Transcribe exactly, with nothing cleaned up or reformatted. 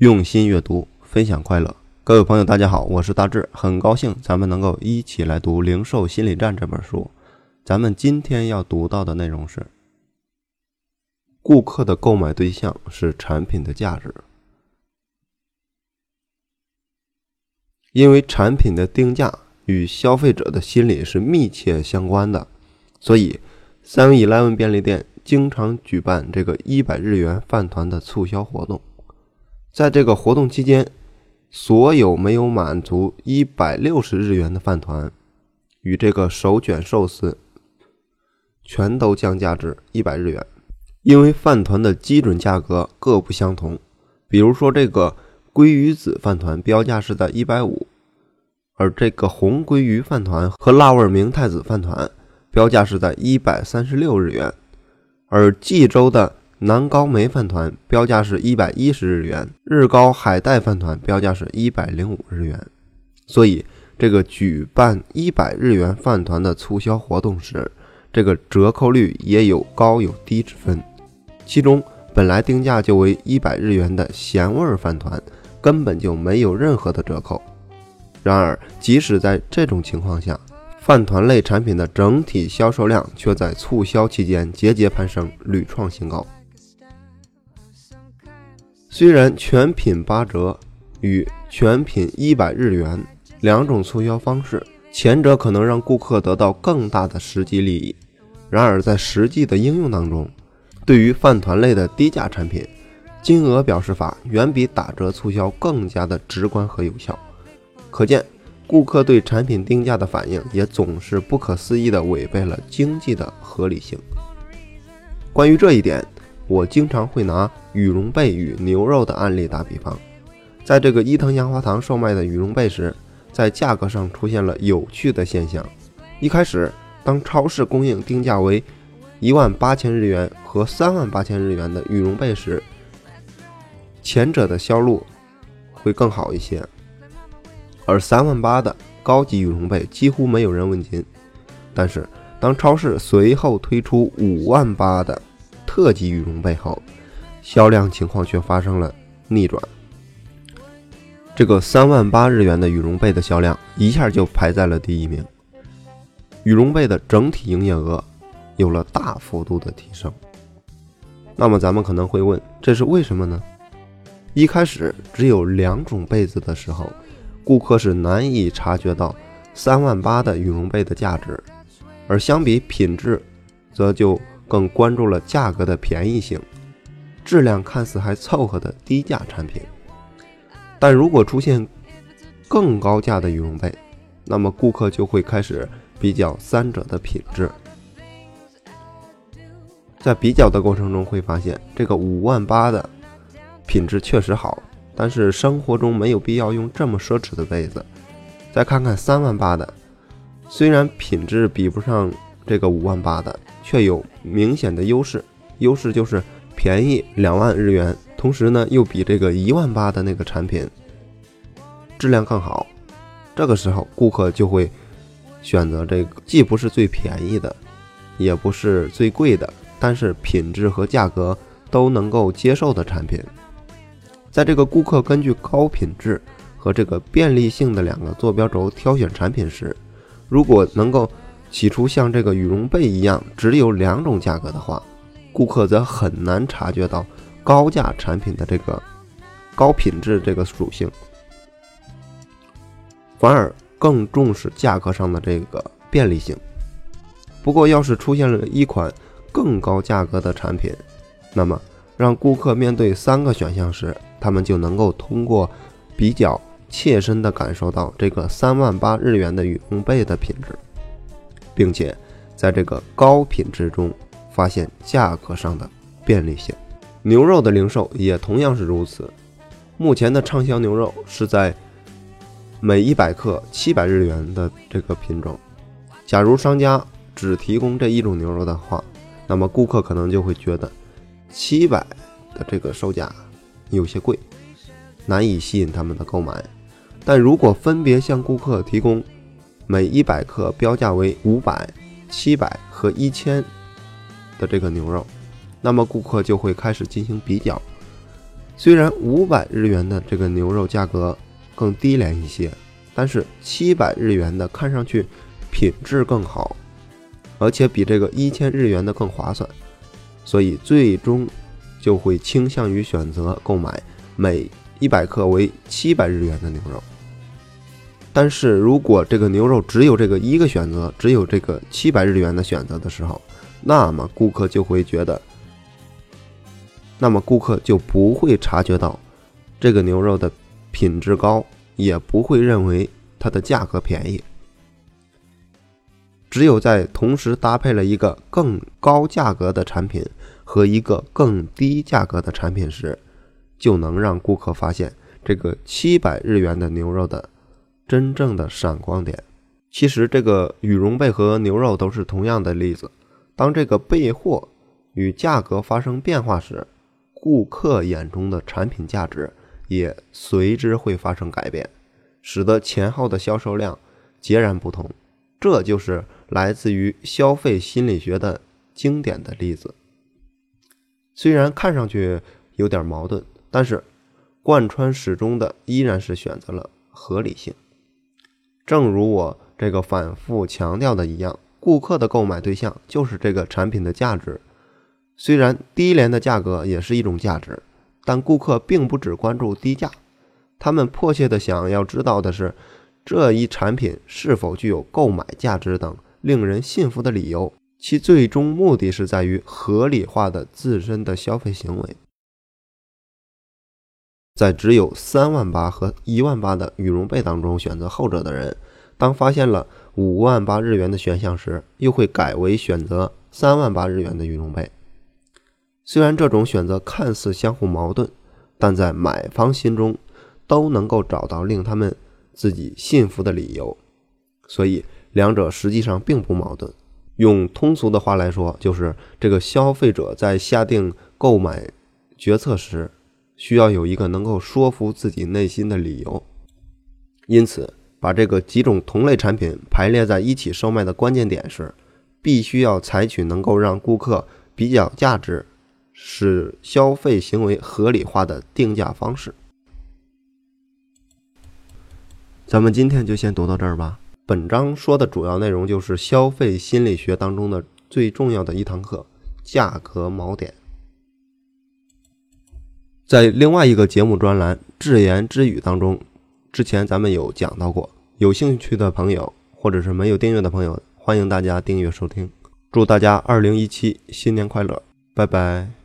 用心阅读，分享快乐。各位朋友大家好，我是大志，很高兴咱们能够一起来读《零售心理战》这本书。咱们今天要读到的内容是：顾客的购买对象是产品的价值。因为产品的定价与消费者的心理是密切相关的，所以 seven eleven 便利店经常举办这个一百日元饭团的促销活动。在这个活动期间，所有没有满足一百六十日元的饭团与这个手卷寿司全都降价至一百日元。因为饭团的基准价格各不相同，比如说这个鲑鱼子饭团标价是在一百五十，而这个红鲑鱼饭团和辣味明太子饭团标价是在一百三十六日元，而济州的南高梅饭团标价是一百一十日元，日高海带饭团标价是一百零五日元。所以这个举办一百日元饭团的促销活动时，这个折扣率也有高有低之分。其中本来定价就为一百日元的咸味饭团根本就没有任何的折扣。然而即使在这种情况下，饭团类产品的整体销售量却在促销期间节节攀升，屡创新高。虽然全品八折与全品一百日元两种促销方式，前者可能让顾客得到更大的实际利益，然而在实际的应用当中，对于饭团类的低价产品，金额表示法远比打折促销更加的直观和有效。可见顾客对产品定价的反应也总是不可思议地违背了经济的合理性。关于这一点，我经常会拿羽绒被与牛肉的案例打比方。在这个伊藤洋华堂售卖的羽绒被时，在价格上出现了有趣的现象。一开始，当超市供应定价为一万八千日元和三万八千日元的羽绒被时，前者的销路会更好一些，而三万八的高级羽绒被几乎没有人问津。但是当超市随后推出五万八的特级羽绒被后，销量情况却发生了逆转。这个三万八日元的羽绒被的销量一下就排在了第一名，羽绒被的整体营业额有了大幅度的提升。那么咱们可能会问，这是为什么呢？一开始只有两种被子的时候，顾客是难以察觉到三万八的羽绒被的价值，而相比品质则就更关注了价格的便宜性，质量看似还凑合的低价产品。但如果出现更高价的羽绒被，那么顾客就会开始比较三者的品质。在比较的过程中会发现，这个五万八的品质确实好，但是生活中没有必要用这么奢侈的被子。再看看三万八的，虽然品质比不上这个五万八的，却有明显的优势，优势就是便宜两万日元，同时呢又比这个一万八的那个产品质量更好。这个时候顾客就会选择这个既不是最便宜的，也不是最贵的，但是品质和价格都能够接受的产品。在这个顾客根据高品质和这个便利性的两个坐标轴挑选产品时，如果能够起初像这个羽绒被一样只有两种价格的话，顾客则很难察觉到高价产品的这个高品质这个属性，反而更重视价格上的这个便利性。不过要是出现了一款更高价格的产品，那么让顾客面对三个选项时，他们就能够通过比较切身地感受到这个三万八日元的羽绒被的品质，并且在这个高品质中发现价格上的便利性。牛肉的零售也同样是如此。目前的畅销牛肉是在每一百克七百日元的这个品种。假如商家只提供这一种牛肉的话，那么顾客可能就会觉得七百的这个售价有些贵，难以吸引他们的购买。但如果分别向顾客提供每一百克标价为五百、七百和一千的这个牛肉，那么顾客就会开始进行比较， 虽然五百日元的这个牛肉价格更低廉一些，但是七百日元的看上去品质更好，而且比这个一千日元的更划算，所以最终就会倾向于选择购买每一百克为七百日元的牛肉。但是如果这个牛肉只有这个一个选择，只有这个七百日元的选择的时候，那么顾客就会觉得那么顾客就不会察觉到这个牛肉的品质高，也不会认为它的价格便宜。只有在同时搭配了一个更高价格的产品和一个更低价格的产品时，就能让顾客发现这个七百日元的牛肉的真正的闪光点。其实这个羽绒被和牛肉都是同样的例子，当这个备货与价格发生变化时，顾客眼中的产品价值也随之会发生改变，使得前后的销售量截然不同。这就是来自于消费心理学的经典的例子。虽然看上去有点矛盾，但是贯穿始终的依然是选择了合理性。正如我这个反复强调的一样，顾客的购买对象就是这个产品的价值。虽然低廉的价格也是一种价值，但顾客并不只关注低价，他们迫切的想要知道的是这一产品是否具有购买价值等令人信服的理由，其最终目的是在于合理化的自身的消费行为。在只有三万八和一万八的羽绒被当中选择后者的人，当发现了五万八日元的选项时，又会改为选择三万八日元的羽绒被。虽然这种选择看似相互矛盾，但在买方心中都能够找到令他们自己信服的理由，所以两者实际上并不矛盾。用通俗的话来说，就是这个消费者在下定购买决策时，需要有一个能够说服自己内心的理由。因此，把这个几种同类产品排列在一起售卖的关键点是，必须要采取能够让顾客比较价值，使消费行为合理化的定价方式。咱们今天就先读到这儿吧。本章说的主要内容就是消费心理学当中的最重要的一堂课——价格锚点。在另外一个节目专栏《只言只语》当中，之前咱们有讲到过，有兴趣的朋友或者是没有订阅的朋友，欢迎大家订阅收听。祝大家二零一七新年快乐，拜拜。